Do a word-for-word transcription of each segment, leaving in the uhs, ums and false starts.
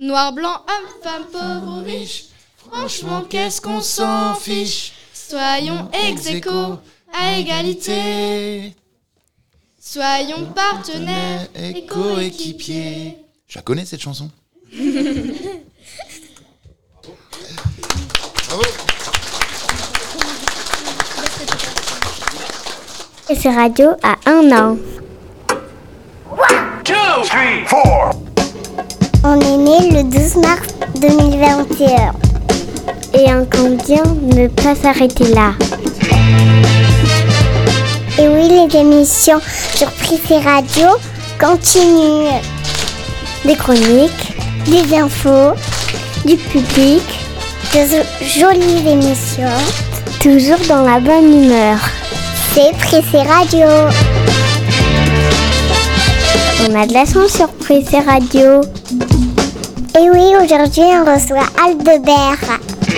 Noir, blanc, homme, femme, pauvre ou riche, franchement, qu'est-ce qu'on s'en fiche? Soyons ex aequo, à égalité. Soyons partenaires et coéquipiers. Je la connais, cette chanson. Bravo. Et ce radio a un an. Two, three, four. On est né le douze mars deux mille vingt et un. Et on compte bien ne pas s'arrêter là. Et oui, les émissions sur Prissé Radio continuent. Des chroniques, des infos, du public, de jolies émissions. Toujours dans la bonne humeur. C'est Prissé Radio. On a de la chance sur Prissé Radio. Et oui, aujourd'hui on reçoit Aldebert.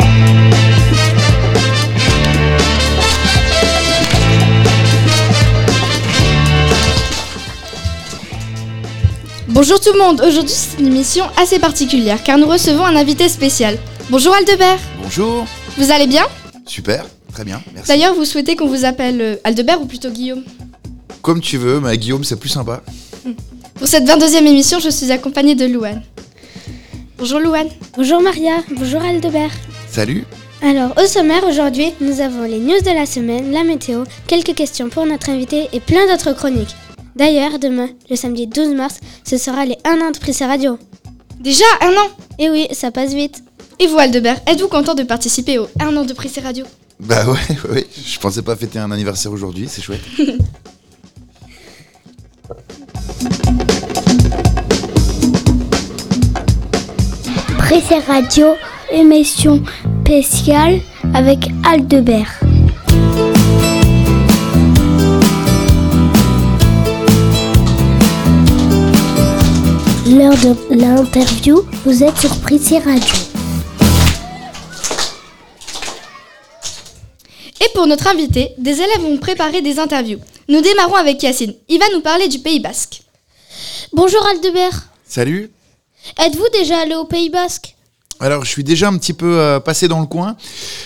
Bonjour tout le monde, aujourd'hui c'est une émission assez particulière car nous recevons un invité spécial. Bonjour Aldebert. Bonjour. Vous allez bien? Super, très bien, merci. D'ailleurs, vous souhaitez qu'on vous appelle euh, Aldebert ou plutôt Guillaume? Comme tu veux, mais Guillaume c'est plus sympa. Pour cette vingt-deuxième émission, je suis accompagnée de Louane. Bonjour Louane. Bonjour Maria, bonjour Aldebert. Salut. Alors, au sommaire aujourd'hui, nous avons les news de la semaine, la météo, quelques questions pour notre invité et plein d'autres chroniques. D'ailleurs, demain, le samedi douze mars, ce sera les un an de Prissé Radio. Déjà un an? Et oui, ça passe vite. Et vous Aldebert, êtes-vous content de participer au un an de Prissé Radio? Bah ouais, ouais, je pensais pas fêter un anniversaire aujourd'hui, c'est chouette. Prissé Radio, émission spéciale avec Aldebert. L'heure de l'interview, vous êtes sur Prissé Radio. Et pour notre invité, des élèves ont préparé des interviews. Nous démarrons avec Yacine. Il va nous parler du Pays Basque. Bonjour Aldebert. Salut. Êtes-vous déjà allé au Pays Basque? Alors, je suis déjà un petit peu euh, passé dans le coin,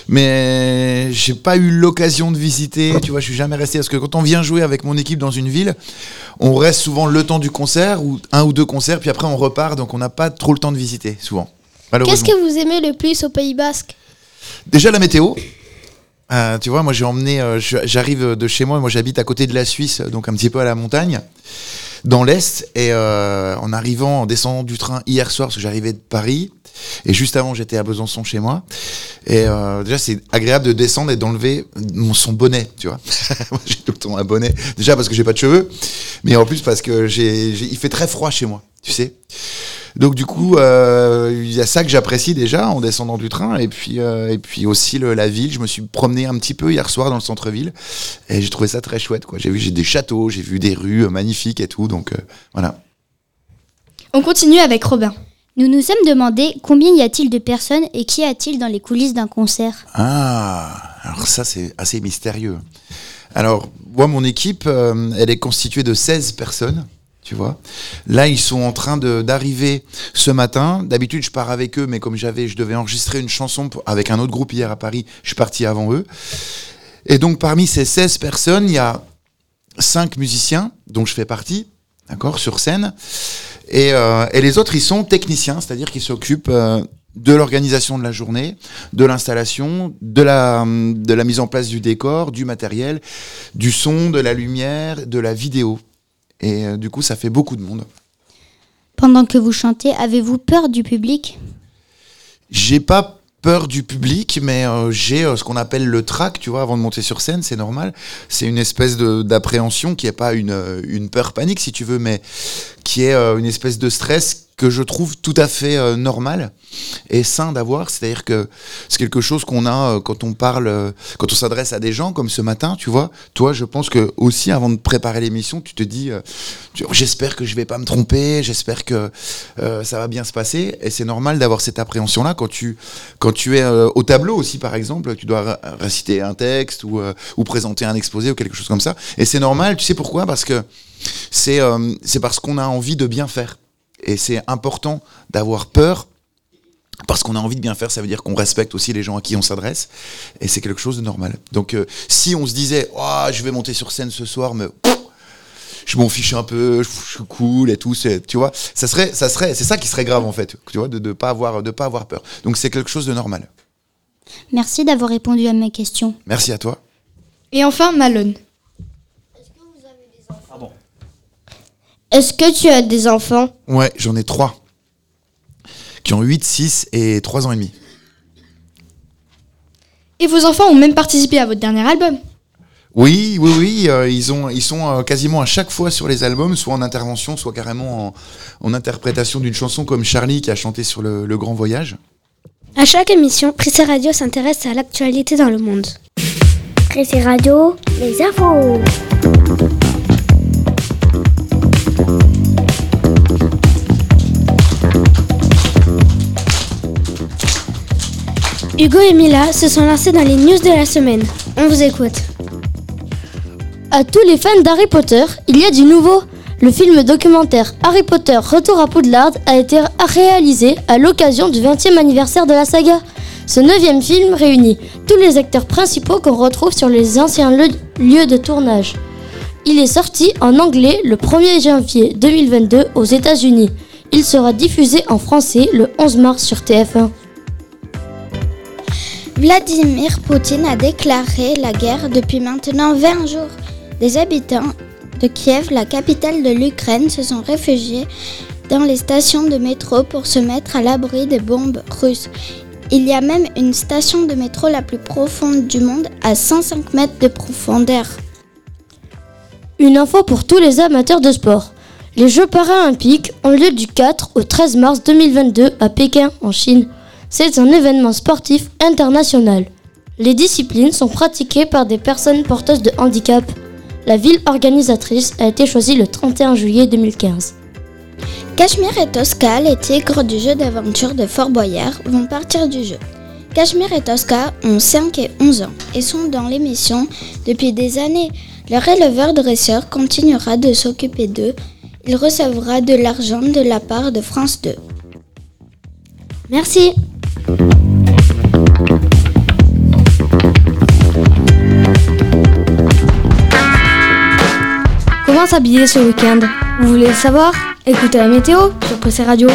mais j'ai pas eu l'occasion de visiter. Tu vois, je suis jamais resté parce que quand on vient jouer avec mon équipe dans une ville, on reste souvent le temps du concert ou un ou deux concerts, puis après on repart, donc on n'a pas trop le temps de visiter souvent. Qu'est-ce que vous aimez le plus au Pays Basque? Déjà la météo. Euh, tu vois, moi j'ai emmené, euh, j'arrive de chez moi, moi j'habite à côté de la Suisse, donc un petit peu à la montagne, dans l'Est, et euh, en arrivant, en descendant du train hier soir, parce que j'arrivais de Paris, et juste avant j'étais à Besançon chez moi, et euh, déjà c'est agréable de descendre et d'enlever mon, son bonnet, tu vois. Moi j'ai tout le temps un bonnet, déjà parce que j'ai pas de cheveux, mais en plus parce que j'ai, j'ai, il fait très froid chez moi, tu sais. Donc du coup, il euh, y a ça que j'apprécie déjà en descendant du train, et puis, euh, et puis aussi le, la ville. Je me suis promené un petit peu hier soir dans le centre-ville, et j'ai trouvé ça très chouette, quoi. J'ai vu j'ai des châteaux, j'ai vu des rues euh, magnifiques et tout, donc euh, voilà. On continue avec Robin. Nous nous sommes demandé combien y a-t-il de personnes et qu'y a-t-il dans les coulisses d'un concert? Ah, alors ça c'est assez mystérieux. Alors, moi mon équipe, euh, elle est constituée de seize personnes. Tu vois, là ils sont en train de, d'arriver ce matin. D'habitude je pars avec eux, mais comme j'avais, je devais enregistrer une chanson pour, avec un autre groupe hier à Paris, je suis parti avant eux. Et donc parmi ces seize personnes, il y a cinq musiciens dont je fais partie, d'accord, sur scène. Et, euh, et les autres ils sont techniciens, c'est-à-dire qu'ils s'occupent euh, de l'organisation de la journée, de l'installation, de la, de la mise en place du décor, du matériel, du son, de la lumière, de la vidéo. Et euh, du coup, ça fait beaucoup de monde. Pendant que vous chantez, avez-vous peur du public? J'ai pas peur du public, mais euh, j'ai euh, ce qu'on appelle le trac, tu vois, avant de monter sur scène, c'est normal. C'est une espèce de, d'appréhension qui est pas une, une peur panique, si tu veux, mais qui est euh, une espèce de stress que je trouve tout à fait euh, normal et sain d'avoir. C'est-à-dire que c'est quelque chose qu'on a euh, quand on parle, euh, quand on s'adresse à des gens comme ce matin, tu vois. Toi, je pense que aussi, avant de préparer l'émission, tu te dis, euh, tu, j'espère que je vais pas me tromper, j'espère que euh, ça va bien se passer. Et c'est normal d'avoir cette appréhension-là quand tu, quand tu es euh, au tableau aussi, par exemple, tu dois réciter un texte ou, euh, ou présenter un exposé ou quelque chose comme ça. Et c'est normal, tu sais pourquoi? Parce que c'est, euh, c'est parce qu'on a envie de bien faire. Et c'est important d'avoir peur parce qu'on a envie de bien faire. Ça veut dire qu'on respecte aussi les gens à qui on s'adresse. Et c'est quelque chose de normal. Donc, euh, si on se disait oh, « je vais monter sur scène ce soir, mais pff, je m'en fiche un peu, je, je suis cool et tout », c'est, tu vois, ça serait, ça serait, c'est ça qui serait grave en fait, tu vois, de ne pas avoir, de pas avoir peur. Donc, c'est quelque chose de normal. Merci d'avoir répondu à mes questions. Merci à toi. Et enfin, Malone. Est-ce que vous avez des enfants ? Pardon. Est-ce que tu as des enfants ? Ouais, j'en ai trois. Qui ont huit, six et trois ans et demi. Et vos enfants ont même participé à votre dernier album. Oui, oui, oui. Euh, ils, ont, ils sont euh, quasiment à chaque fois sur les albums, soit en intervention, soit carrément en, en interprétation d'une chanson comme Charlie qui a chanté sur le, le Grand Voyage. À chaque émission, Prissé Radio s'intéresse à l'actualité dans le monde. Prissé Radio, les infos. Hugo et Mila se sont lancés dans les news de la semaine. On vous écoute. À tous les fans d'Harry Potter, il y a du nouveau. Le film documentaire Harry Potter Retour à Poudlard a été réalisé à l'occasion du vingtième anniversaire de la saga. Ce neuvième film réunit tous les acteurs principaux qu'on retrouve sur les anciens le- lieux de tournage. Il est sorti en anglais le premier janvier deux mille vingt-deux aux États-Unis. Il sera diffusé en français le onze mars sur T F un. Vladimir Poutine a déclaré la guerre depuis maintenant vingt jours. Des habitants de Kiev, la capitale de l'Ukraine, se sont réfugiés dans les stations de métro pour se mettre à l'abri des bombes russes. Il y a même une station de métro la plus profonde du monde à cent cinq mètres de profondeur. Une info pour tous les amateurs de sport. Les Jeux paralympiques ont lieu du quatre au treize mars deux mille vingt-deux à Pékin, en Chine. C'est un événement sportif international. Les disciplines sont pratiquées par des personnes porteuses de handicap. La ville organisatrice a été choisie le trente et un juillet deux mille quinze. Cachemire et Tosca, les tigres du jeu d'aventure de Fort Boyard, vont partir du jeu. Cachemire et Tosca ont cinq et onze ans et sont dans l'émission depuis des années. Leur éleveur dresseur continuera de s'occuper d'eux. Il recevra de l'argent de la part de France deux. Merci. Comment s'habiller ce week-end ? Vous voulez le savoir ? Écoutez la météo sur Prissé Radio.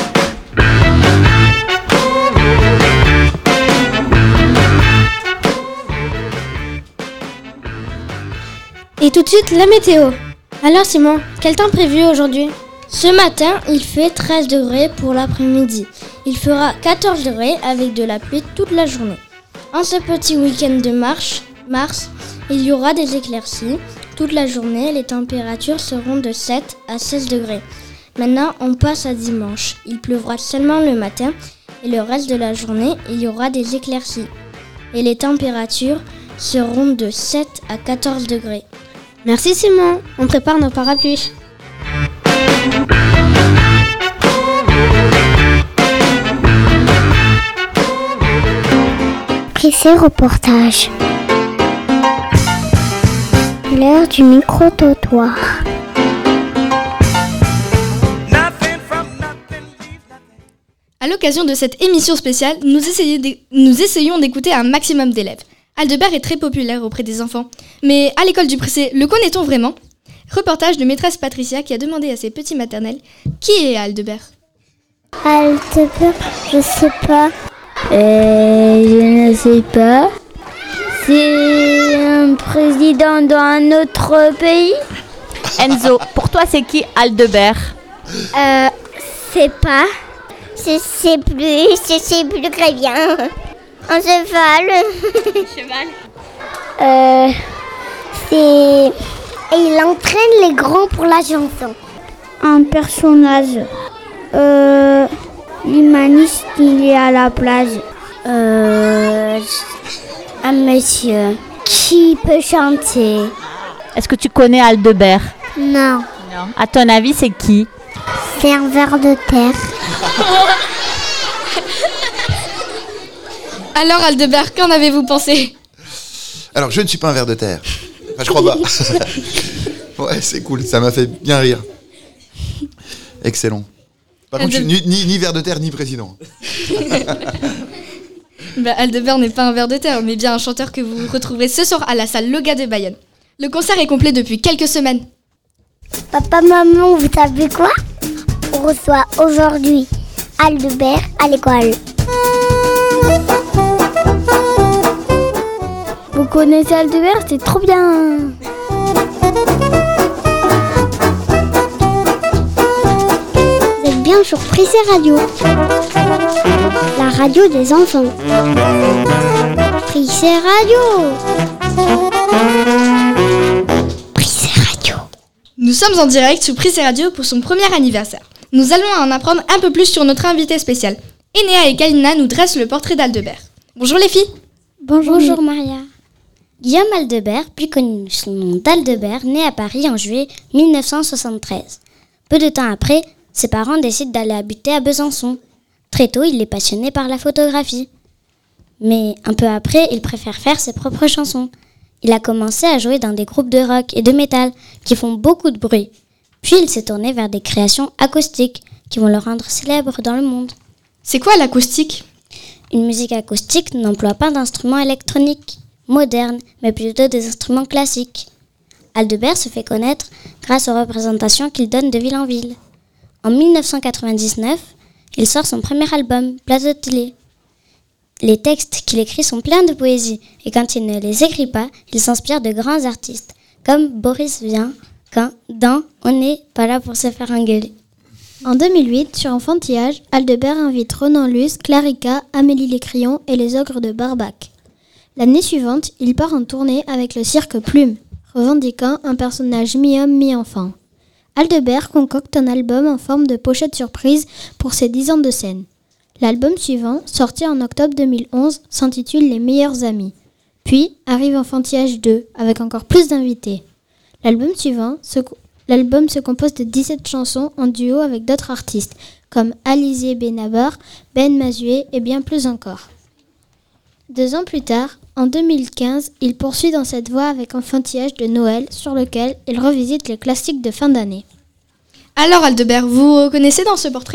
Et tout de suite, la météo. Alors Simon, quel temps prévu aujourd'hui ? Ce matin, il fait treize degrés pour l'après-midi. Il fera quatorze degrés avec de la pluie toute la journée. En ce petit week-end de mars, mars, il y aura des éclaircies. Toute la journée, les températures seront de sept à seize degrés. Maintenant, on passe à dimanche. Il pleuvra seulement le matin et le reste de la journée, il y aura des éclaircies. Et les températures seront de sept à quatorze degrés. Merci Simon, on prépare nos parapluies. Prissé reportage. L'heure du micro-trottoir. À l'occasion de cette émission spéciale, nous, essayons d'é- nous essayons d'écouter un maximum d'élèves. Aldebert est très populaire auprès des enfants. Mais à l'école du Prissé, le connaît-on vraiment ? Reportage de maîtresse Patricia qui a demandé à ses petits maternels qui est Aldebert. Aldebert, je sais pas. Euh, je ne sais pas. C'est un président dans un autre pays ? Enzo, pour toi, c'est qui Aldebert ? Euh, c'est pas. Je sais plus, je sais plus très bien. Un cheval. Cheval. Euh, c'est... Et il entraîne les grands pour la chanson. Un personnage. Euh... L'humaniste, il est à la plage. Euh... Un monsieur qui peut chanter. Est-ce que tu connais Aldebert ? Non, Non. À ton avis, c'est qui ? c'est un ver de terre. Alors Aldebert, qu'en avez-vous pensé ? Alors, je ne suis pas un ver de terre. Enfin, je crois pas. Ouais, c'est cool, ça m'a fait bien rire. Excellent. Par contre, Alde... je suis ni, ni, ni ver de terre, ni président. bah, Aldebert n'est pas un ver de terre, mais bien un chanteur que vous retrouverez ce soir à la salle Loga de Bayonne. Le concert est complet depuis quelques semaines. Papa, maman, vous savez quoi? On reçoit aujourd'hui Aldebert à l'école. Vous connaissez Aldebert, c'est trop bien. Vous êtes bien sur Prissé Radio, la radio des enfants. Prissé Radio. Prissé Radio. Nous sommes en direct sur Prissé Radio pour son premier anniversaire. Nous allons en apprendre un peu plus sur notre invité spécial. Enea et Galina nous dressent le portrait d'Aldebert. Bonjour les filles. Bonjour, Bonjour Maria. Guillaume Aldebert, plus connu sous le nom d'Aldebert, naît à Paris en juillet mille neuf cent soixante-treize. Peu de temps après, ses parents décident d'aller habiter à Besançon. Très tôt, il est passionné par la photographie. Mais un peu après, il préfère faire ses propres chansons. Il a commencé à jouer dans des groupes de rock et de métal qui font beaucoup de bruit. Puis il s'est tourné vers des créations acoustiques qui vont le rendre célèbre dans le monde. C'est quoi l'acoustique ? Une musique acoustique n'emploie pas d'instruments électroniques modernes, mais plutôt des instruments classiques. Aldebert se fait connaître grâce aux représentations qu'il donne de ville en ville. En mille neuf cent quatre-vingt-dix-neuf, il sort son premier album, Place de Télé. Les textes qu'il écrit sont pleins de poésie, et quand il ne les écrit pas, il s'inspire de grands artistes, comme Boris Vian, quand, dans On n'est pas là pour se faire engueuler. En deux mille huit, sur Enfantillage, Aldebert invite Ronan Luce, Clarica, Amélie Les Crayons et les Ogres de Barbac. L'année suivante, il part en tournée avec le cirque Plume, revendiquant un personnage mi-homme, mi-enfant. Aldebert concocte un album en forme de pochette surprise pour ses dix ans de scène. L'album suivant, sorti en octobre deux mille onze, s'intitule Les meilleurs amis. Puis arrive Enfantillage deux, avec encore plus d'invités. L'album suivant, se, l'album se compose de dix-sept chansons en duo avec d'autres artistes, comme Alizé Benabar, Ben Mazué et bien plus encore. Deux ans plus tard, en deux mille quinze, il poursuit dans cette voie avec Enfantillage de Noël, sur lequel il revisite les classiques de fin d'année. Alors Aldebert, vous reconnaissez dans ce portrait ?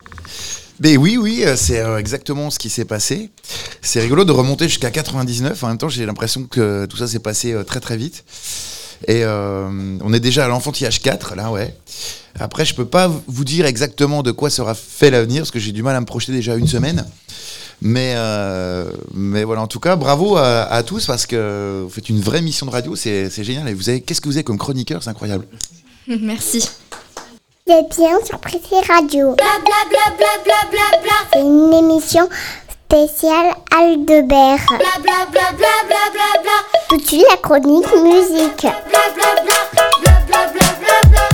Ben oui, oui, c'est exactement ce qui s'est passé. C'est rigolo de remonter jusqu'à quatre-vingt-dix-neuf. En même temps, j'ai l'impression que tout ça s'est passé très très vite. Et euh, on est déjà à l'enfantillage quatre, là, ouais. Après, je peux pas vous dire exactement de quoi sera fait l'avenir, parce que j'ai du mal à me projeter déjà une semaine. Mais, euh, mais voilà, en tout cas, bravo à, à tous, parce que vous faites une vraie mission de radio, c'est, c'est génial. Et vous avez, qu'est-ce que vous avez comme chroniqueur, c'est incroyable. Merci. Vous êtes bien sur Prissé Radio. Bla, bla, bla, bla, bla, bla, bla. C'est une émission spéciale Aldebert. Bla, bla, bla, bla, bla, bla, bla. Tout de suite, la chronique musique. Bla, bla, bla, bla, bla, bla, bla, bla.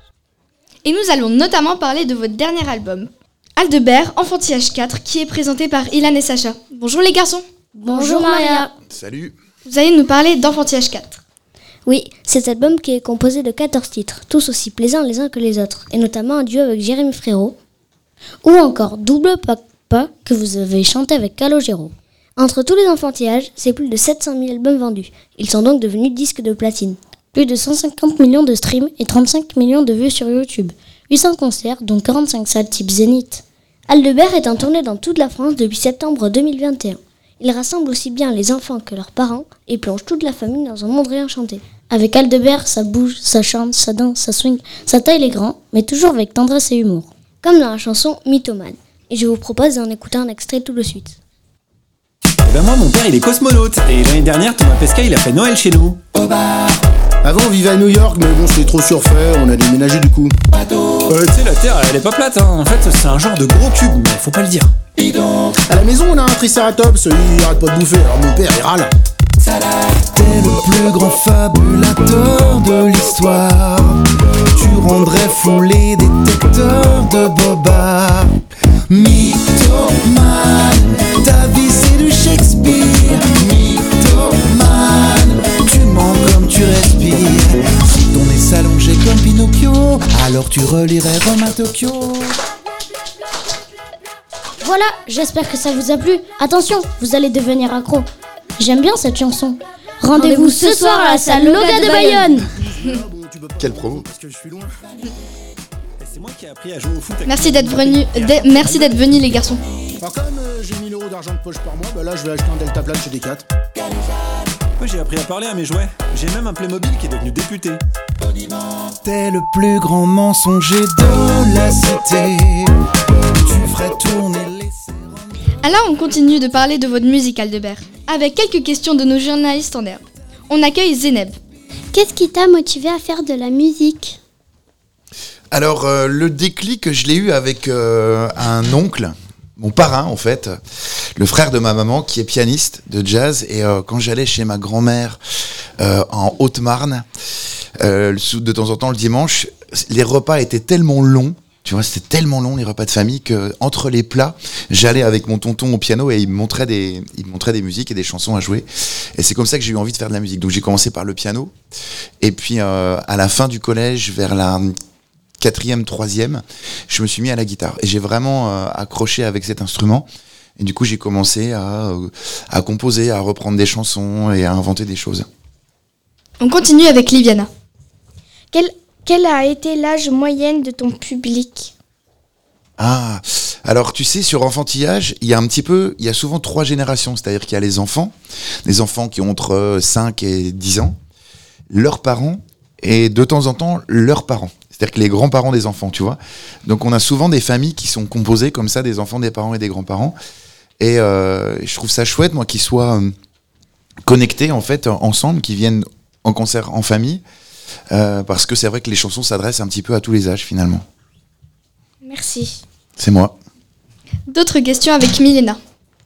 Et nous allons notamment parler de votre dernier album, Aldebert, Enfantillage quatre, qui est présenté par Ilan et Sacha. Bonjour les garçons. Bonjour Maria. Salut. Vous allez nous parler d'Enfantillage quatre. Oui, cet album qui est composé de quatorze titres, tous aussi plaisants les uns que les autres, et notamment un duo avec Jérémy Frérot, ou encore Double Papa que vous avez chanté avec Calogero. Entre tous les enfantillages, c'est plus de sept cent mille albums vendus. Ils sont donc devenus disques de platine. Plus de cent cinquante millions de streams et trente-cinq millions de vues sur YouTube. huit cents concerts, dont quarante-cinq salles type Zénith. Aldebert est en tournée dans toute la France depuis septembre deux mille vingt et un. Il rassemble aussi bien les enfants que leurs parents et plonge toute la famille dans un monde réenchanté. Avec Aldebert, ça bouge, ça chante, ça danse, ça swing, ça taille les grands, mais toujours avec tendresse et humour. Comme dans la chanson Mythomane. Et je vous propose d'en écouter un extrait tout de suite. Eh ben moi, mon père, il est cosmonaute. Et l'année dernière, Thomas Pesquet, il a fait Noël chez nous. Au bar. Avant, on vivait à New York, mais bon, c'est trop surfait, on a déménagé du coup. Euh, tu sais, la Terre, elle est pas plate, hein. En fait, c'est un genre de gros cube, mais faut pas le dire. À la maison, on a un tricératops, il arrête pas de bouffer, alors mon père, il râle. T'es le plus grand fabulateur de l'histoire. Tu rendrais fou les détecteurs de bobards. Mythomane, ta vie c'est du Shakespeare. Mythomane, tu mens comme tu respires. Si ton nez s'allongeait comme Pinocchio, alors tu relirais Rome à Tokyo. Voilà, j'espère que ça vous a plu. Attention, vous allez devenir accro. J'aime bien cette chanson. Rendez-vous, Rendez-vous ce soir à la salle Loga de Bayonne. Quelle promo. C'est moi qui ai appris à jouer au foot. Merci d'être venu, d'être- merci d'être venus les garçons. Enfin, comme euh, j'ai mille euros d'argent de poche par mois, bah là je vais acheter un deltaplane chez Decat. Moi, j'ai appris à parler à mes jouets. J'ai même un Playmobil qui est devenu député. T'es le plus grand mensonger de la cité. Tu ferais tourner les... Alors on continue de parler de votre musique Aldebert, avec quelques questions de nos journalistes en herbe. On accueille Zéneb. Qu'est-ce qui t'a motivé à faire de la musique ? Alors, euh, le déclic, je l'ai eu avec euh, un oncle, mon parrain en fait, le frère de ma maman qui est pianiste de jazz. Et euh, quand j'allais chez ma grand-mère euh, en Haute-Marne, euh, de temps en temps le dimanche, les repas étaient tellement longs. Tu vois, c'était tellement long les repas de famille que entre les plats, j'allais avec mon tonton au piano et il me montrait des, il me montrait des musiques et des chansons à jouer. Et c'est comme ça que j'ai eu envie de faire de la musique. Donc j'ai commencé par le piano et puis euh, à la fin du collège, vers la quatrième, troisième, je me suis mis à la guitare et j'ai vraiment euh, accroché avec cet instrument. Et du coup, j'ai commencé à, euh, à composer, à reprendre des chansons et à inventer des choses. On continue avec Liviana. Quel, quel a été l'âge moyen de ton public ? Ah, alors tu sais, sur Enfantillage, il y a un petit peu, il y a souvent trois générations, c'est-à-dire qu'il y a les enfants, les enfants qui ont entre cinq et dix ans, leurs parents et de temps en temps leurs parents. C'est-à-dire que les grands-parents des enfants, tu vois. Donc on a souvent des familles qui sont composées comme ça, des enfants, des parents et des grands-parents. Et euh, je trouve ça chouette, moi, qu'ils soient euh, connectés, en fait, ensemble, qu'ils viennent en concert en famille. Euh, parce que c'est vrai que les chansons s'adressent un petit peu à tous les âges, finalement. Merci. C'est moi. D'autres questions avec Milena.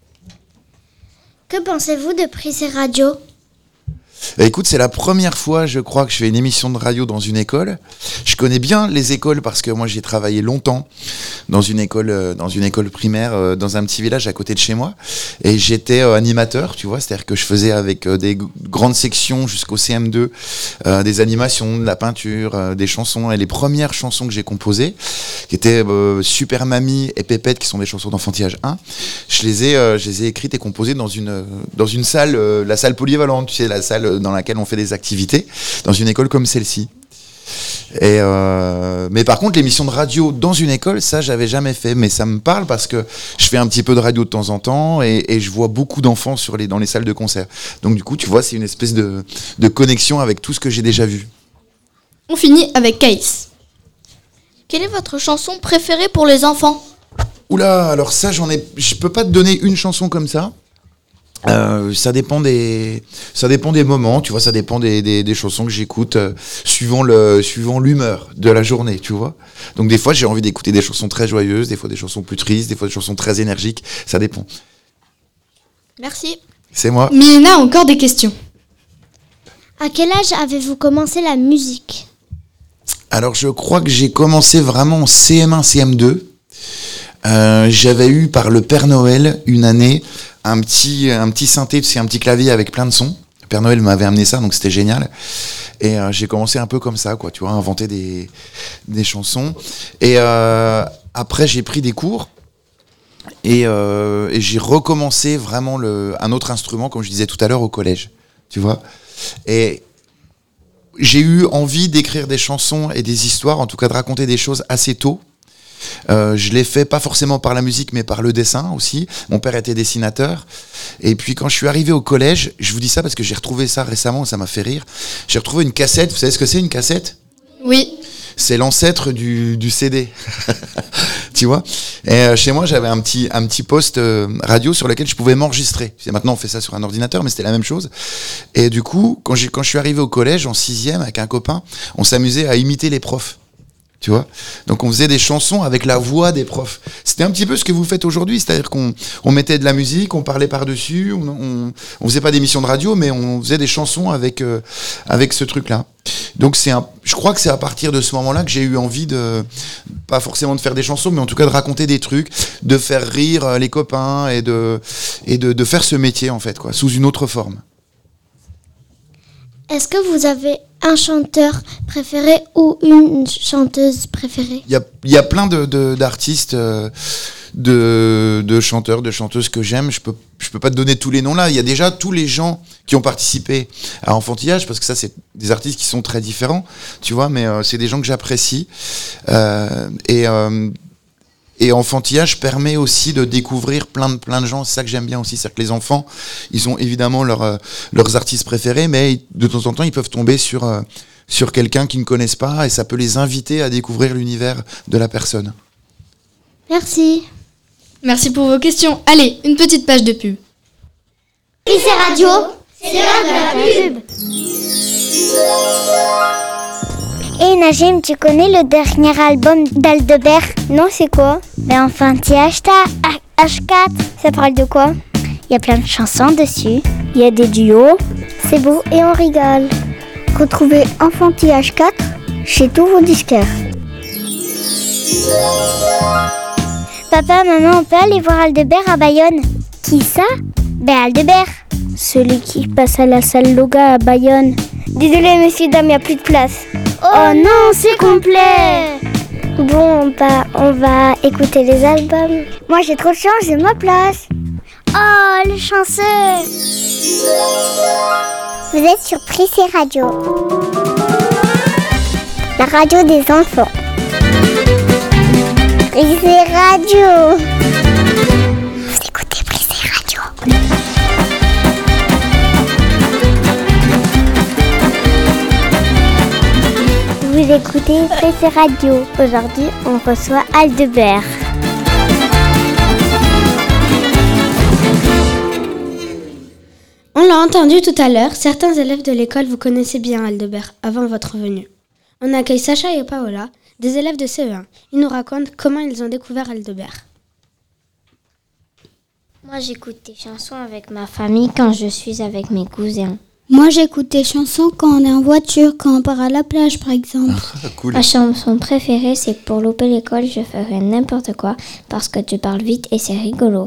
Que pensez-vous de Prissé Radio ? Euh, Écoute, c'est la première fois, je crois, que je fais une émission de radio dans une école. Je connais bien les écoles parce que moi, j'ai travaillé longtemps dans une école, euh, dans une école primaire, euh, dans un petit village à côté de chez moi. Et j'étais euh, animateur, tu vois, c'est-à-dire que je faisais avec euh, des g- grandes sections jusqu'au C M deux, euh, des animations, de la peinture, euh, des chansons. Et les premières chansons que j'ai composées, qui étaient euh, Super Mamie et Pépette, qui sont des chansons d'Enfantillage un, je les ai, euh, je les ai écrites et composées dans une, euh, dans une salle, euh, la salle polyvalente, tu sais, la salle dans laquelle on fait des activités, dans une école comme celle-ci. Et euh, mais par contre, l'émission de radio dans une école, ça, j'avais jamais fait. Mais ça me parle parce que je fais un petit peu de radio de temps en temps et, et je vois beaucoup d'enfants sur les, dans les salles de concert. Donc du coup, tu vois, c'est une espèce de, de connexion avec tout ce que j'ai déjà vu. On finit avec Caïs. Quelle est votre chanson préférée pour les enfants ? Oula, alors ça, j'en ai, je peux pas te donner une chanson comme ça. Euh, ça dépend des, ça dépend des moments, tu vois, ça dépend des, des, des chansons que j'écoute euh, suivant le, suivant l'humeur de la journée, tu vois. Donc des fois j'ai envie d'écouter des chansons très joyeuses, des fois des chansons plus tristes, des fois des chansons très énergiques, ça dépend. Merci. C'est moi. Milena a encore des questions. À quel âge avez-vous commencé la musique ? Alors je crois que j'ai commencé vraiment en C M un, C M deux. Euh, j'avais eu par le Père Noël une année un petit, un petit synthé, c'est un petit clavier avec plein de sons. Le Père Noël m'avait amené ça, donc c'était génial. Et euh, j'ai commencé un peu comme ça, quoi, tu vois, à inventer des, des chansons. Et euh, après, j'ai pris des cours et, euh, et j'ai recommencé vraiment le, un autre instrument, comme je disais tout à l'heure, au collège, tu vois. Et j'ai eu envie d'écrire des chansons et des histoires, en tout cas de raconter des choses assez tôt. Euh, je l'ai fait pas forcément par la musique mais par le dessin aussi. Mon père était dessinateur et puis quand je suis arrivé au collège, je vous dis ça parce que j'ai retrouvé ça récemment, ça m'a fait rire. J'ai retrouvé une cassette, vous savez ce que c'est une cassette ? Oui. C'est l'ancêtre du, du C D. Tu vois ? Et euh, chez moi, j'avais un petit, un petit poste euh, radio sur lequel je pouvais m'enregistrer. Maintenant, on fait ça sur un ordinateur, mais c'était la même chose. Et du coup, quand, j'ai, quand je suis arrivé au collège, en sixième, avec un copain, on s'amusait à imiter les profs. Tu vois ? Donc on faisait des chansons avec la voix des profs. C'était un petit peu ce que vous faites aujourd'hui, c'est-à-dire qu'on on mettait de la musique, on parlait par-dessus, on, on, on faisait pas d'émissions de radio, mais on faisait des chansons avec, euh, avec ce truc-là. Donc c'est un, je crois que c'est à partir de ce moment-là que j'ai eu envie de, pas forcément de faire des chansons, mais en tout cas de raconter des trucs, de faire rire les copains et de, et de, de faire ce métier en fait, quoi, sous une autre forme. Est-ce que vous avez un chanteur préféré ou une chanteuse préférée ? Il y a, il y a plein de, de, d'artistes. Euh, de, de chanteurs, de chanteuses que j'aime. Je peux, je peux pas te donner tous les noms là. Il y a déjà tous les gens qui ont participé à Enfantillage, parce que ça, c'est des artistes qui sont très différents, tu vois, mais euh, c'est des gens que j'apprécie. Euh, et, euh, et Enfantillage permet aussi de découvrir plein de, plein de gens. C'est ça que j'aime bien aussi. C'est-à-dire que les enfants, ils ont évidemment leur, euh, leurs artistes préférés, mais de temps en temps, ils peuvent tomber sur, euh, sur quelqu'un qu'ils ne connaissent pas, et ça peut les inviter à découvrir l'univers de la personne. Merci. Merci pour vos questions. Allez, une petite page de pub. Prissé Radio, c'est l'heure de la pub. Et Najim, tu connais le dernier album d'Aldebert? Non, c'est quoi? Ben Enfantillage H quatre. Ça parle de quoi? Il y a plein de chansons dessus. Il y a des duos. C'est beau et on rigole. Retrouvez Enfantillage quatre chez tous vos disquaires. Papa, maman, on peut aller voir Aldebert à Bayonne? Qui ça? Ben Aldebert. Celui qui passe à la salle Loga à Bayonne. Désolé, messieurs, dames, il n'y a plus de place. Oh non, c'est complet. Bon, bah, on va écouter les albums. Moi, j'ai trop de chance, j'ai ma place. Oh, le chanceux. Vous êtes sur Prissé Radio. La radio des enfants. Prissé Radio. Vous écoutez Prissé Radio. Vous écoutez Prissé Radio. Aujourd'hui, on reçoit Aldebert. On l'a entendu tout à l'heure, certains élèves de l'école vous connaissaient bien Aldebert avant votre venue. On accueille Sacha et Paola, des élèves de C E un. Ils nous racontent comment ils ont découvert Aldebert. Moi, j'écoute des chansons avec ma famille quand je suis avec mes cousins. Moi, j'écoute des chansons quand on est en voiture, quand on part à la plage, par exemple. Ah, cool. Ma chanson préférée, c'est que pour louper l'école, je ferai n'importe quoi parce que tu parles vite et c'est rigolo.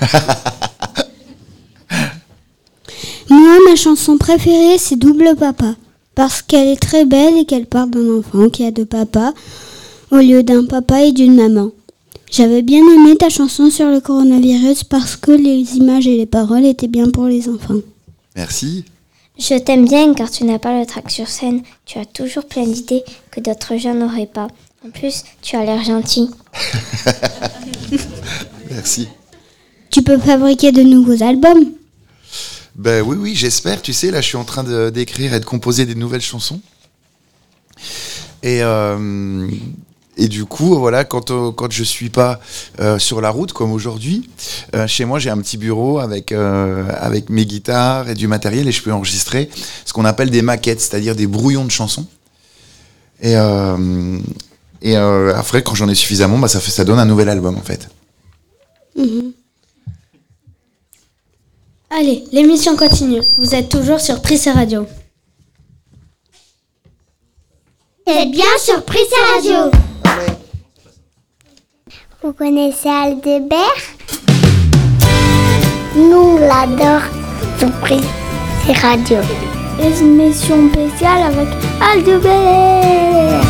Moi, ma chanson préférée, c'est Double Papa. Parce qu'elle est très belle et qu'elle parle d'un enfant qui a deux papas au lieu d'un papa et d'une maman. J'avais bien aimé ta chanson sur le coronavirus parce que les images et les paroles étaient bien pour les enfants. Merci. Je t'aime bien car tu n'as pas le trac sur scène. Tu as toujours plein d'idées que d'autres gens n'auraient pas. En plus, tu as l'air gentil. Merci. Tu peux fabriquer de nouveaux albums? Ben oui, oui, j'espère. Tu sais, là, je suis en train de, d'écrire et de composer des nouvelles chansons. Et, euh, et du coup, voilà, quand, euh, quand je suis pas euh, sur la route, comme aujourd'hui, euh, chez moi, j'ai un petit bureau avec, euh, avec mes guitares et du matériel, et je peux enregistrer ce qu'on appelle des maquettes, c'est-à-dire des brouillons de chansons. Et, euh, et euh, après, quand j'en ai suffisamment, bah, ça, fait, ça donne un nouvel album, en fait. Mmh. Allez, l'émission continue. Vous êtes toujours sur Prissé Radio. Vous êtes bien sur Prissé Radio. Vous connaissez Aldebert? Nous, on l'adore sur Prissé Radio. Et une émission spéciale avec Aldebert.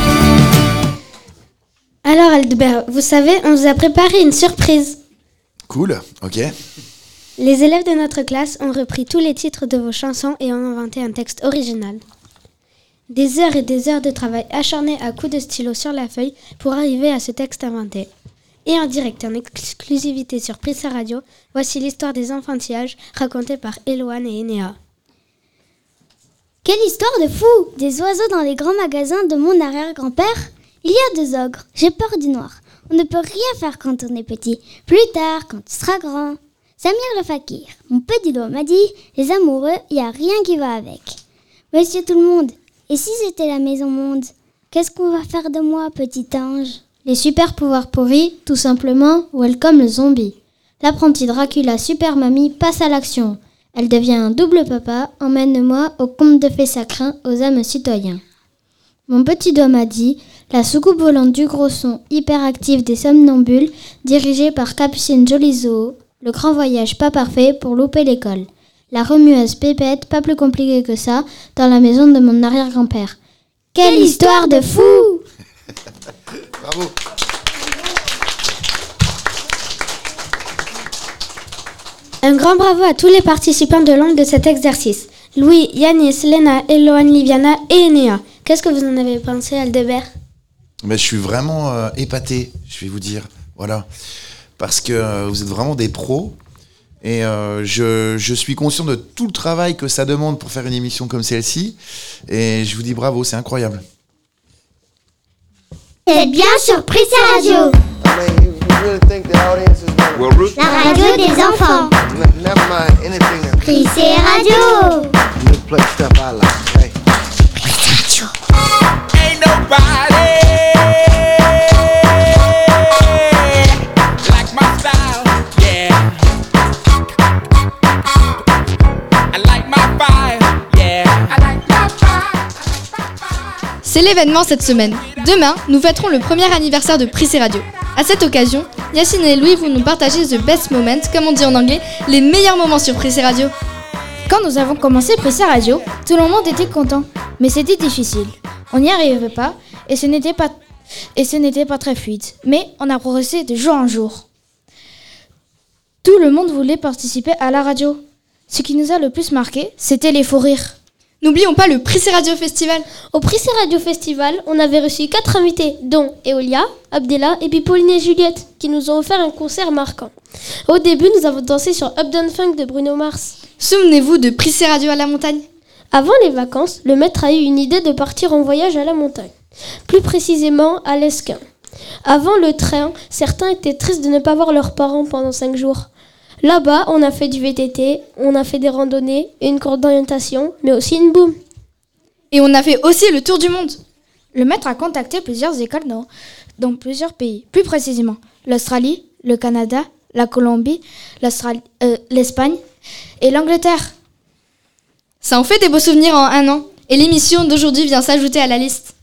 Alors Aldebert, vous savez, on vous a préparé une surprise. Cool, ok. Les élèves de notre classe ont repris tous les titres de vos chansons et ont inventé un texte original. Des heures et des heures de travail acharné à coups de stylo sur la feuille pour arriver à ce texte inventé. Et en direct, en exclusivité sur Prissé Radio, voici l'histoire des enfantillages racontée par Eloane et Enea. Quelle histoire de fou! Des oiseaux dans les grands magasins de mon arrière-grand-père? Il y a deux ogres, j'ai peur du noir. On ne peut rien faire quand on est petit. Plus tard, quand tu seras grand. Samir le fakir, mon petit doigt m'a dit, les amoureux, il n'y a rien qui va avec. Monsieur tout le monde, et si c'était la maison monde? Qu'est-ce qu'on va faire de moi, petit ange? Les super pouvoirs pourris, tout simplement, welcome le zombie. L'apprenti Dracula Super Mamie passe à l'action. Elle devient un double papa, emmène-moi au conte de fées sacrins aux âmes citoyens. Mon petit doigt m'a dit, la soucoupe volante du gros son hyperactif des somnambules, dirigée par Capucine Jolizo, le grand voyage pas parfait pour louper l'école. La remueuse Pépette, pas plus compliquée que ça, dans la maison de mon arrière-grand-père. Quelle, Quelle histoire de fou! Bravo. Un grand bravo à tous les participants de langue de cet exercice. Louis, Yanis, Léna, Eloane, Liviana et Enea. Qu'est-ce que vous en avez pensé, Aldebert ? Mais je suis vraiment euh, épaté, je vais vous dire. Voilà. Parce que euh, vous êtes vraiment des pros. Et euh, je, je suis conscient de tout le travail que ça demande pour faire une émission comme celle-ci. Et je vous dis bravo, c'est incroyable. C'est bien sur Prissé Radio. La radio des enfants. Prissé Radio. Prissé Radio. Ain't nobody like my style, yeah. I like my fire, yeah. I like my fire. C'est l'événement cette semaine. Demain, nous fêterons le premier anniversaire de Prissé Radio. À cette occasion, Yacine et Louis vont nous partager the best moments, comme on dit en anglais, les meilleurs moments sur Prissé Radio. Quand nous avons commencé Prissé Radio, tout le monde était content, mais c'était difficile. On n'y arrivait pas et ce n'était pas, et ce n'était pas très fluide, mais on a progressé de jour en jour. Tout le monde voulait participer à la radio. Ce qui nous a le plus marqué, c'était les faux rires. N'oublions pas le Prissé Radio Festival. Au Prissé Radio Festival, on avait reçu quatre invités, dont Eolia, Abdella et puis Pauline et Juliette, qui nous ont offert un concert marquant. Au début, nous avons dansé sur Up Down Funk de Bruno Mars. Souvenez-vous de Prissé Radio à la montagne. Avant les vacances, le maître a eu une idée de partir en voyage à la montagne, plus précisément à l'Esquin. Avant le train, certains étaient tristes de ne pas voir leurs parents pendant cinq jours. Là-bas, on a fait du V T T, on a fait des randonnées, une course d'orientation, mais aussi une boum. Et on a fait aussi le tour du monde. Le maître a contacté plusieurs écoles dans, dans plusieurs pays, plus précisément l'Australie, le Canada, la Colombie, l'Australie, euh, l'Espagne et l'Angleterre. Ça en fait des beaux souvenirs en un an. Et l'émission d'aujourd'hui vient s'ajouter à la liste.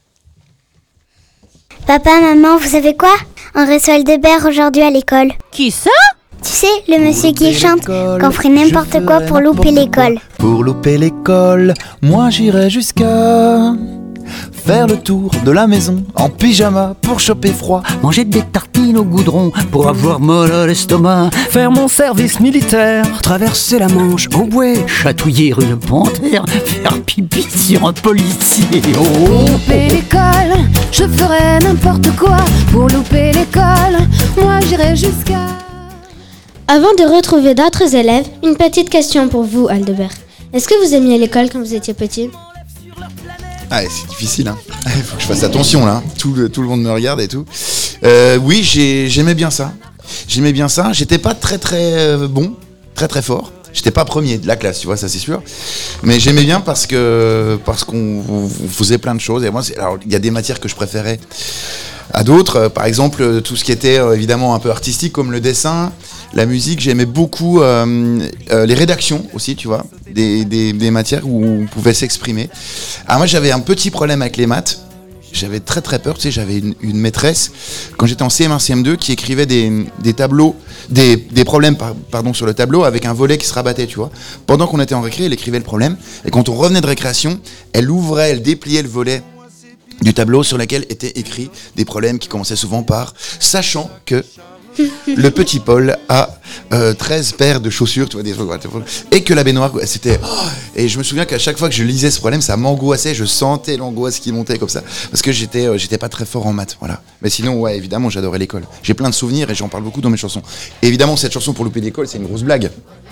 Papa, maman, vous savez quoi ? On reçoit Aldebert aujourd'hui à l'école. Qui ça ? Tu sais, le monsieur qui chante qu'on ferait n'importe quoi pour louper l'école. Pour louper l'école, moi j'irai jusqu'à faire le tour de la maison en pyjama pour choper froid. Manger des tartines au goudron pour avoir mal à l'estomac. Faire mon service militaire, traverser la Manche en bouée, chatouiller une panthère, faire pipi sur un policier. Oh. Pour louper l'école, je ferai n'importe quoi. Pour louper l'école, moi j'irai jusqu'à... Avant de retrouver d'autres élèves, une petite question pour vous, Aldebert. Est-ce que vous aimiez l'école quand vous étiez petit ? Ah, c'est difficile, hein. Il faut que je fasse attention, là. Tout le, tout le monde me regarde et tout. Euh, oui, j'ai, j'aimais bien ça. J'aimais bien ça. J'étais pas très, très euh, bon, très, très fort. J'étais pas premier de la classe, tu vois, ça c'est sûr. Mais j'aimais bien parce que parce qu'on on faisait plein de choses. Et moi, c'est, alors, il y a des matières que je préférais à d'autres. Par exemple, tout ce qui était euh, évidemment un peu artistique, comme le dessin, la musique. J'aimais beaucoup euh, euh, les rédactions aussi, tu vois, des, des, des matières où on pouvait s'exprimer. Alors moi, j'avais un petit problème avec les maths. J'avais très très peur, tu sais, j'avais une, une maîtresse, quand j'étais en C M un, C M deux, qui écrivait des, des tableaux, des, des problèmes par, pardon, sur le tableau avec un volet qui se rabattait, tu vois. Pendant qu'on était en récré, elle écrivait le problème, et quand on revenait de récréation, elle ouvrait, elle dépliait le volet du tableau sur lequel étaient écrits des problèmes qui commençaient souvent par « Sachant que le petit Paul a euh, treize paires de chaussures, tu vois, des trucs, et que la baignoire, c'était... Oh » Et je me souviens qu'à chaque fois que je lisais ce problème, ça m'angoissait, je sentais l'angoisse qui montait comme ça, parce que j'étais, euh, j'étais pas très fort en maths, voilà. Mais sinon, ouais, évidemment, j'adorais l'école. J'ai plein de souvenirs et j'en parle beaucoup dans mes chansons. Et évidemment, cette chanson pour louper l'école, c'est une grosse blague.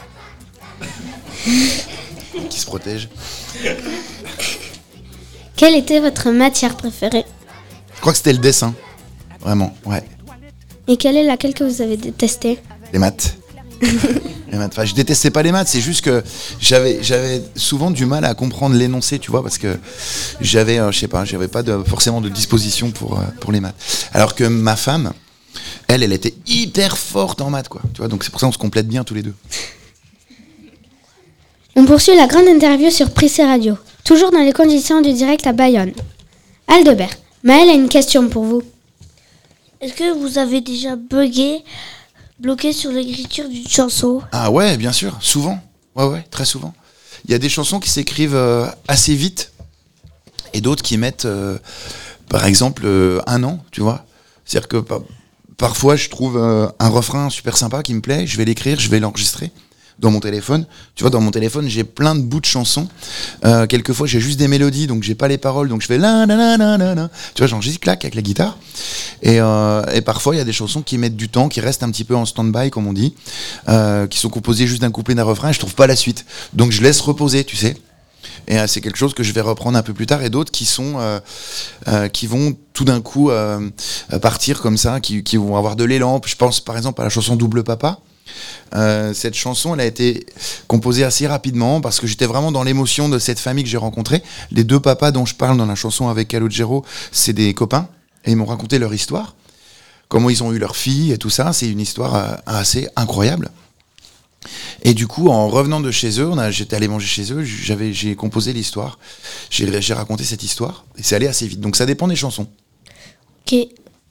Qui se protège. Quelle était votre matière préférée ? Je crois que c'était le dessin, vraiment, ouais. Et quelle est laquelle que vous avez détestée ? Les maths. les maths. Enfin, je détestais pas les maths, c'est juste que j'avais, j'avais souvent du mal à comprendre l'énoncé, tu vois, parce que j'avais, euh, je sais pas, j'avais pas de, forcément de disposition pour, euh, pour les maths. Alors que ma femme, elle, elle était hyper forte en maths, quoi. Tu vois, donc c'est pour ça qu'on se complète bien tous les deux. On poursuit la grande interview sur Prissé Radio, toujours dans les conditions du direct à Bayonne. Aldebert, Maëlle a une question pour vous. Est-ce que vous avez déjà bugué, bloqué sur l'écriture d'une chanson ? Ah ouais, bien sûr, souvent. Ouais, ouais, très souvent. Il y a des chansons qui s'écrivent euh, assez vite et d'autres qui mettent, euh, par exemple, euh, un an, tu vois. C'est-à-dire que par, parfois je trouve euh, un refrain super sympa qui me plaît, je vais l'écrire, je vais l'enregistrer dans mon téléphone. Tu vois, dans mon téléphone, j'ai plein de bouts de chansons. Euh, quelquefois, j'ai juste des mélodies, donc j'ai pas les paroles, donc je fais la la la la la la. Tu vois, j'enregistre clac avec la guitare. Et, euh, et parfois, il y a des chansons qui mettent du temps, qui restent un petit peu en stand-by, comme on dit, euh, qui sont composées juste d'un couplet, d'un refrain, et je trouve pas la suite. Donc je laisse reposer, tu sais. Et euh, c'est quelque chose que je vais reprendre un peu plus tard, et d'autres qui sont, euh, euh, qui vont tout d'un coup euh, partir comme ça, qui, qui vont avoir de l'élan. Je pense par exemple à la chanson Double Papa. Euh, cette chanson, elle a été composée assez rapidement parce que j'étais vraiment dans l'émotion de cette famille que j'ai rencontrée. Les deux papas dont je parle dans la chanson avec Calogero, c'est des copains et ils m'ont raconté leur histoire, comment ils ont eu leur fille et tout ça. C'est une histoire euh, assez incroyable. Et du coup, en revenant de chez eux, on a, j'étais allé manger chez eux, j'avais, j'ai composé l'histoire, j'ai, j'ai raconté cette histoire et c'est allé assez vite. Donc ça dépend des chansons. Ok. Et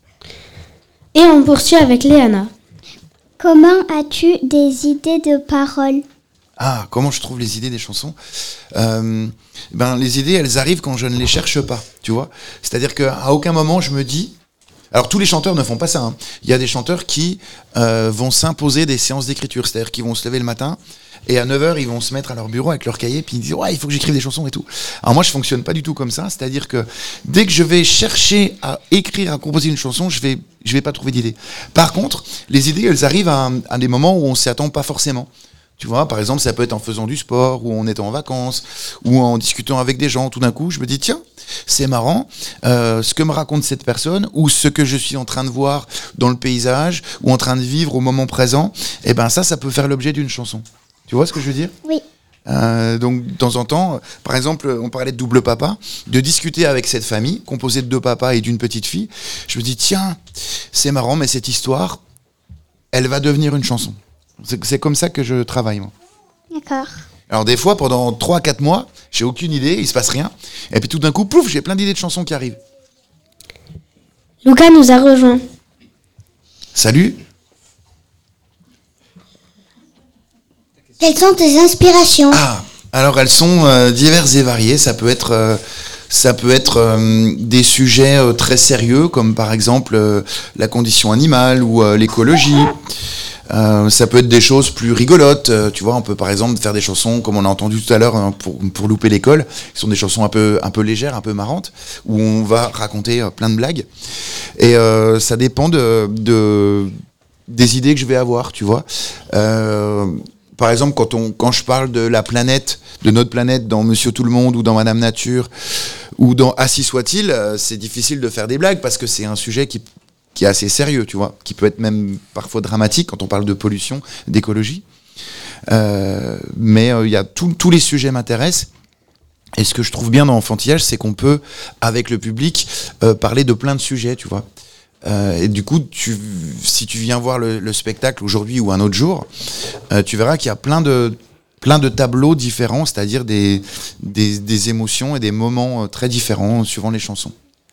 on poursuit avec Léana. Comment as-tu des idées de paroles ? Ah, comment je trouve les idées des chansons ? euh, Ben, les idées, elles arrivent quand je ne les cherche pas, tu vois. C'est-à-dire qu'à aucun moment, je me dis... Alors, tous les chanteurs ne font pas ça. Hein. Il y a des chanteurs qui euh, vont s'imposer des séances d'écriture. C'est-à-dire qu'ils vont se lever le matin et à neuf heures, ils vont se mettre à leur bureau avec leur cahier puis ils disent « Ouais, il faut que j'écrive des chansons et tout. » Alors moi, je fonctionne pas du tout comme ça. C'est-à-dire que dès que je vais chercher à écrire, à composer une chanson, je vais, je vais pas trouver d'idées. Par contre, les idées, elles arrivent à, à des moments où on s'y attend pas forcément. Tu vois, par exemple, ça peut être en faisant du sport, ou en étant en vacances, ou en discutant avec des gens. Tout d'un coup, je me dis, tiens, c'est marrant, euh, ce que me raconte cette personne, ou ce que je suis en train de voir dans le paysage, ou en train de vivre au moment présent, et ben ça, ça peut faire l'objet d'une chanson. Tu vois ce que je veux dire ? Oui. Euh, donc, de temps en temps, par exemple, on parlait de Double Papa, de discuter avec cette famille, composée de deux papas et d'une petite fille. Je me dis, tiens, c'est marrant, mais cette histoire, elle va devenir une chanson. C'est, c'est comme ça que je travaille, moi. D'accord. Alors des fois, pendant trois à quatre mois, j'ai aucune idée, il se passe rien. Et puis tout d'un coup, pouf, j'ai plein d'idées de chansons qui arrivent. Lucas nous a rejoint. Salut. Quelles sont tes inspirations ? Ah, alors elles sont euh, diverses et variées. Ça peut être... Euh, Ça peut être euh, des sujets euh, très sérieux, comme par exemple euh, la condition animale ou euh, l'écologie. Euh, ça peut être des choses plus rigolotes. Euh, tu vois, on peut par exemple faire des chansons, comme on a entendu tout à l'heure, hein, pour, pour louper l'école, qui sont des chansons un peu, un peu légères, un peu marrantes, où on va raconter euh, plein de blagues. Et euh, ça dépend de, de, des idées que je vais avoir, tu vois. Euh, Par exemple, quand, on, quand je parle de la planète, de notre planète dans Monsieur Tout-le-Monde ou dans Madame Nature ou dans Assis soit-il, euh, c'est difficile de faire des blagues parce que c'est un sujet qui, qui est assez sérieux, tu vois, qui peut être même parfois dramatique quand on parle de pollution, d'écologie. Euh, mais il euh, y a tous les sujets m'intéressent. Et ce que je trouve bien dans Enfantillage, c'est qu'on peut, avec le public, euh, parler de plein de sujets, tu vois. Euh, et du coup, tu, si tu viens voir le, le spectacle aujourd'hui ou un autre jour, euh, tu verras qu'il y a plein de, plein de tableaux différents, c'est-à-dire des, des, des émotions et des moments très différents suivant les chansons.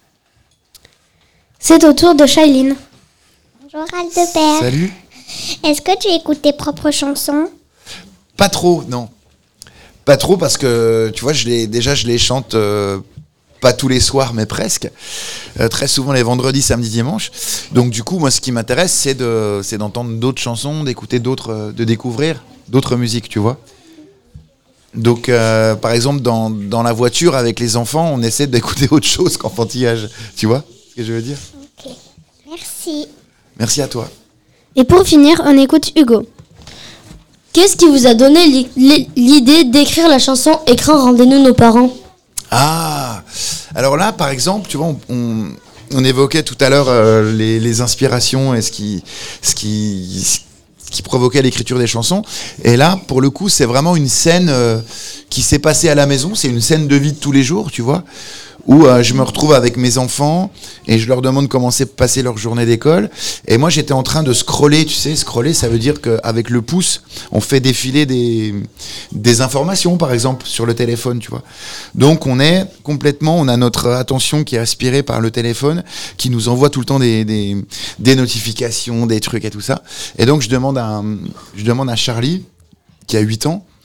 C'est au tour de Shailene. Bonjour Aldebert. Salut. Est-ce que tu écoutes tes propres chansons ? Pas trop, non. Pas trop parce que, tu vois, je les, déjà je les chante... Euh, pas tous les soirs, mais presque. Euh, très souvent les vendredis, samedis, dimanches. Donc du coup, moi, ce qui m'intéresse, c'est de, c'est d'entendre d'autres chansons, d'écouter d'autres, de découvrir d'autres musiques, tu vois. Donc, euh, par exemple, dans, dans la voiture avec les enfants, on essaie d'écouter autre chose qu'Enfantillage. Tu vois ce que je veux dire ? Ok. Merci. Merci à toi. Et pour finir, on écoute Hugo. Qu'est-ce qui vous a donné l'idée d'écrire la chanson « Écran, rendez-nous nos parents » ? Ah, alors là, par exemple, tu vois, on, on, on évoquait tout à l'heure euh, les, les inspirations et ce qui, ce qui, ce qui provoquait l'écriture des chansons. Et là, pour le coup, c'est vraiment une scène euh, qui s'est passée à la maison. C'est une scène de vie de tous les jours, tu vois, où euh, je me retrouve avec mes enfants et je leur demande comment s'est passée leur journée d'école. Et moi, j'étais en train de scroller, tu sais, scroller, ça veut dire qu'avec le pouce, on fait défiler des, des informations, par exemple, sur le téléphone, tu vois. Donc, on est complètement, on a notre attention qui est aspirée par le téléphone, qui nous envoie tout le temps des, des, des notifications, des trucs et tout ça. Et donc, je demande à, je demande à Charlie, qui a huit ans,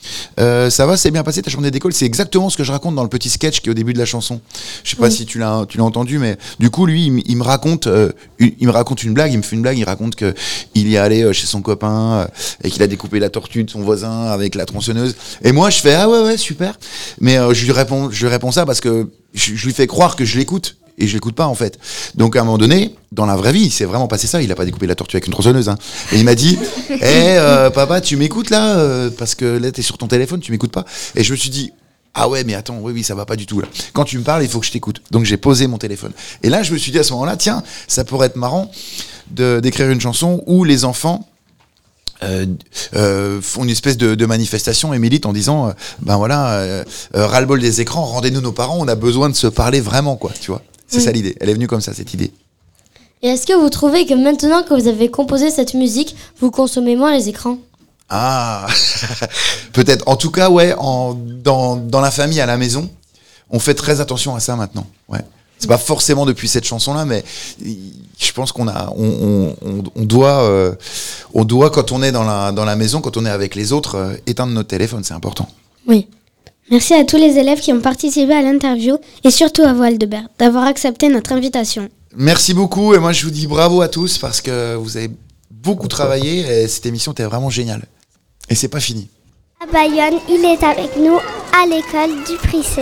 Euh, ça va, c'est bien passé ta journée d'école. C'est exactement ce que je raconte dans le petit sketch qui est au début de la chanson. Je sais pas Oui. si tu l'as, tu l'as entendu, mais du coup, lui, il, m- il me raconte, euh, une, il me raconte une blague. Il me fait une blague. Il raconte que il y est allé euh, chez son copain euh, et qu'il a découpé la tortue de son voisin avec la tronçonneuse. Et moi, je fais ah ouais ouais super. Mais euh, je lui réponds, je lui réponds ça parce que je, je lui fais croire que je l'écoute. Et je l'écoute pas en fait. Donc à un moment donné, dans la vraie vie, il s'est vraiment passé ça. Il a pas découpé la tortue avec une tronçonneuse. Hein. Et il m'a dit, hé euh, papa, tu m'écoutes là euh, parce que là t'es sur ton téléphone, tu m'écoutes pas. Et je me suis dit, ah ouais, mais attends, oui oui, ça va pas du tout là. Quand tu me parles, il faut que je t'écoute. Donc j'ai posé mon téléphone. Et là, je me suis dit à ce moment-là, tiens, ça pourrait être marrant de d'écrire une chanson où les enfants Euh, euh, font une espèce de, de manifestation et militent en disant euh, ben voilà euh, euh, ras-le-bol des écrans, rendez-nous nos parents, on a besoin de se parler vraiment quoi, tu vois. C'est Oui. ça l'idée, elle est venue comme ça cette idée. Et est-ce que vous trouvez que maintenant que vous avez composé cette musique, vous consommez moins les écrans ? Ah peut-être, en tout cas ouais, en, dans, dans la famille à la maison on fait très attention à ça maintenant, ouais. C'est pas forcément depuis cette chanson-là, mais je pense qu'on a, on, on, on doit, euh, on doit quand on est dans la, dans la maison, quand on est avec les autres, euh, éteindre notre téléphone, c'est important. Oui. Merci à tous les élèves qui ont participé à l'interview et surtout à vous, Aldebert, d'avoir accepté notre invitation. Merci beaucoup et moi je vous dis bravo à tous parce que vous avez beaucoup travaillé et cette émission était vraiment géniale. Et c'est pas fini. À Bayonne, il est avec nous à l'école du Prissé.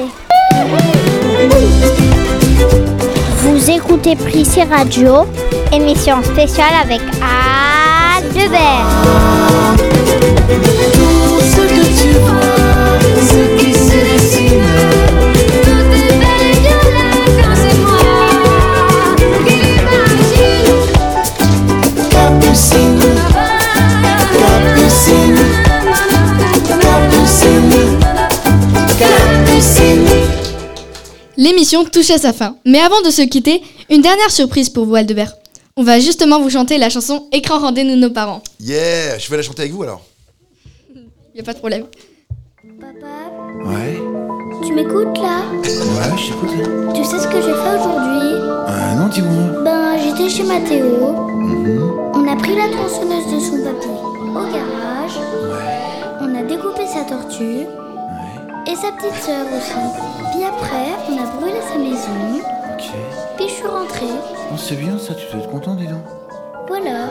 Vous écoutez Prissé Radio, émission spéciale avec Aldebert. Tout ce que tu vois, ce qui se dessine, tout est bel et bien là quand c'est moi qui l'imagine. Capucine, Capucine, Capucine, Capucine. L'émission touche à sa fin. Mais avant de se quitter, une dernière surprise pour vous, Aldebert. On va justement vous chanter la chanson Écran, rendez-nous nos parents. Yeah, je vais la chanter avec vous alors. Y a pas de problème. Ouais, Tu m'écoutes là? ouais, je t'écoute. Tu sais ce que j'ai fait aujourd'hui? Euh, non, dis-moi. Ben, j'étais chez Mathéo. Mhm. On a pris la tronçonneuse de son papy au garage. On a découpé sa tortue. Et sa petite sœur aussi. Puis après, on a brûlé sa maison. Ok. Puis je suis rentrée. Bon, c'est bien ça, tu dois être content, dis donc. Voilà.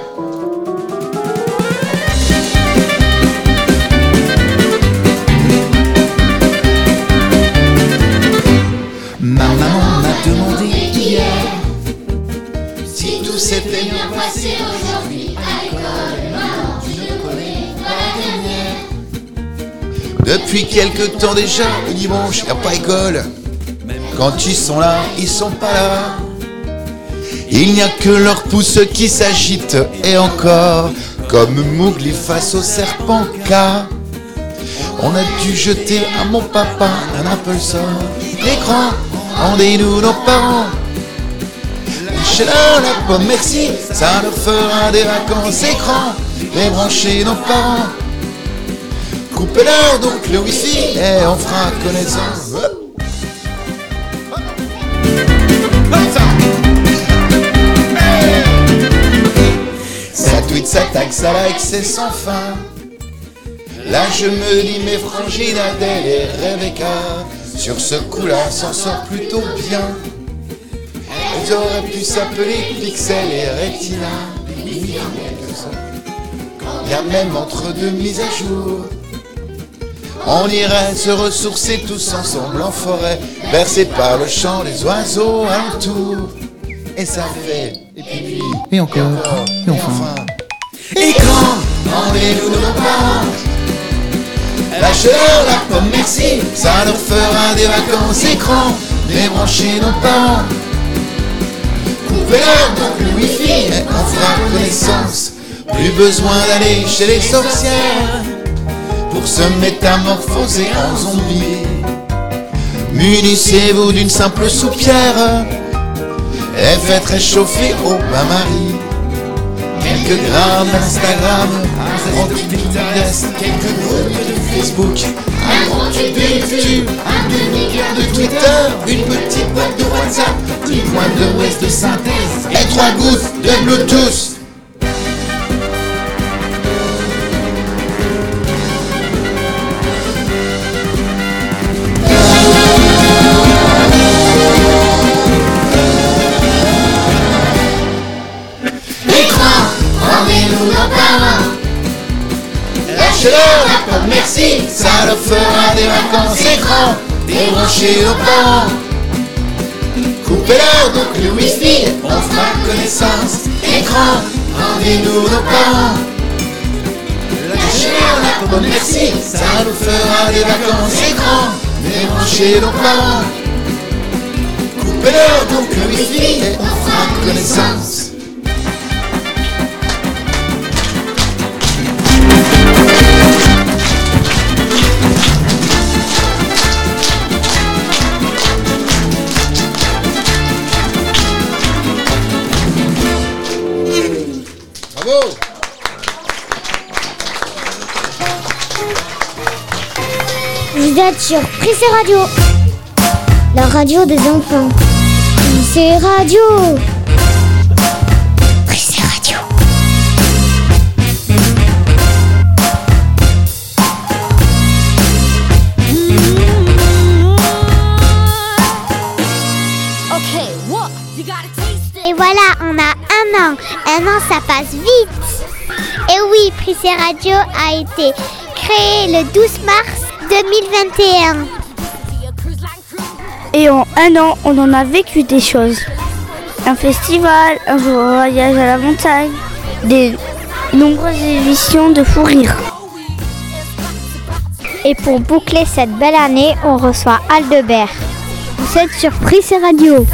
Ma maman m'a demandé hier si tout s'était bien passé aujourd'hui à l'école. Maman, tu ne connais pas la dernière. Depuis quelque temps déjà, le dimanche, y a pas école. Quand ils sont là, ils sont pas là. Il n'y a que leurs pouces qui s'agitent. Et encore, comme Mowgli face au serpent K. On a dû jeter à mon papa un Apple sort. L'écran, rendez-nous nos parents. Lâchez-leur la pomme, merci, ça leur fera des vacances. Écran, débrancher nos parents. Coupez-leur donc le wifi et on fera connaissance. Ça tweet, ça tag, ça like, c'est sans fin. Là je me dis mes frangines Adèle et Rebecca, sur ce coup-là s'en sort plutôt bien. Elles auraient pu s'appeler Pixel et Retina. Il y a même entre deux mises à jour. On irait se ressourcer tous ensemble en forêt, bercés par le chant des oiseaux alentour. Et ça fait, et puis, Et encore, et enfin. Écran, rendez-nous nos parents. Lâchez-leur la pomme, merci, ça leur fera des vacances. Écran, débranchez nos parents. Coupez-leur donc le wifi et on fera connaissance. plus besoin d'aller chez les sorcières pour se métamorphoser en zombie. Munissez-vous d'une simple soupière et faites réchauffer au bain-marie. Quelques grammes d'Instagram, trente-huit de Pinterest, quelques groupes de Facebook, un trente-huit de YouTube, un demi-cœur de Twitter, une petite boîte de WhatsApp, une pointe de West de synthèse et trois gouttes de Bluetooth. Lâchez-leur un peu de merci, ça leur fera des vacances écran. Débranchez nos parents, coupez-leur donc le wifi, on fera connaissance. Écran, rendez-nous nos parents. Lâchez-leur un peu de merci, ça nous fera des vacances écran. Débranchez nos parents, coupez-leur donc le wifi, on fera connaissance. Vous êtes sur Prissé Radio, la radio des enfants. Prissé Radio. Prissé Radio. Et voilà, on a un an. Un an, ça passe vite. Et oui, Prissé Radio a été créé le douze mars deux mille vingt et un. Et en un an, on en a vécu des choses. Un festival, un voyage à la montagne, des nombreuses émissions de fou rire. Et pour boucler cette belle année, on reçoit Aldebert. Vous êtes sur Prissé Radio.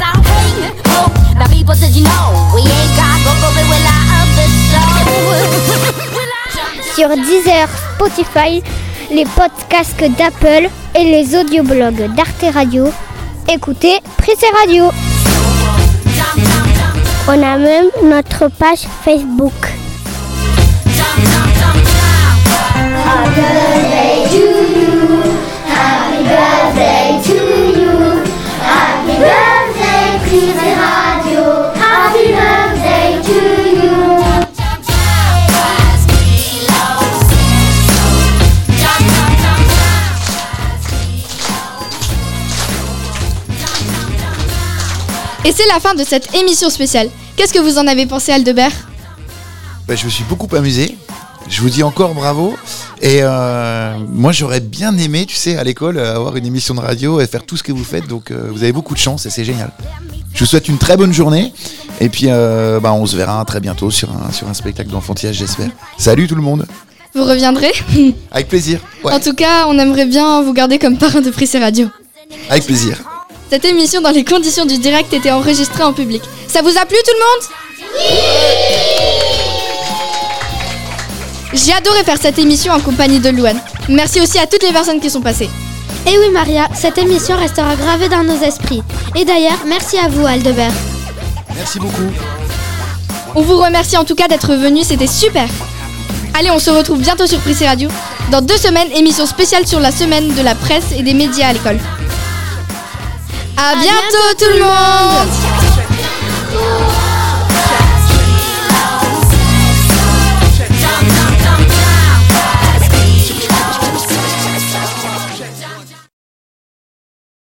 Sur Deezer, Spotify, les podcasts d'Apple et les audioblogs d'Arte Radio. Écoutez Prissé Radio. On a même notre page Facebook. Happy birthday to you. Happy birthday to you. Happy birthday Prissé Radio. Happy birthday to you. Et c'est la fin de cette émission spéciale. Qu'est-ce que vous en avez pensé, Aldebert ? Bah, je me suis beaucoup amusé. Je vous dis encore bravo. Et euh, moi, j'aurais bien aimé, tu sais, à l'école, avoir une émission de radio et faire tout ce que vous faites. Donc, euh, vous avez beaucoup de chance et c'est génial. Je vous souhaite une très bonne journée. Et puis, euh, bah, on se verra très bientôt sur un, sur un spectacle d'enfantillage, j'espère. Salut tout le monde. Vous reviendrez ? Avec plaisir. Ouais. En tout cas, on aimerait bien vous garder comme parrain de Prissé Radio. Avec plaisir. Cette émission dans les conditions du direct était enregistrée en public. Ça vous a plu tout le monde ? Oui ! J'ai adoré faire cette émission en compagnie de Louane. Merci aussi à toutes les personnes qui sont passées. Et oui Maria, cette émission restera gravée dans nos esprits. Et d'ailleurs, merci à vous Aldebert. Merci beaucoup. On vous remercie en tout cas d'être venus, c'était super. Allez, on se retrouve bientôt sur Prissé Radio. Dans deux semaines, émission spéciale sur la semaine de la presse et des médias à l'école. À, à bientôt, bientôt tout le monde.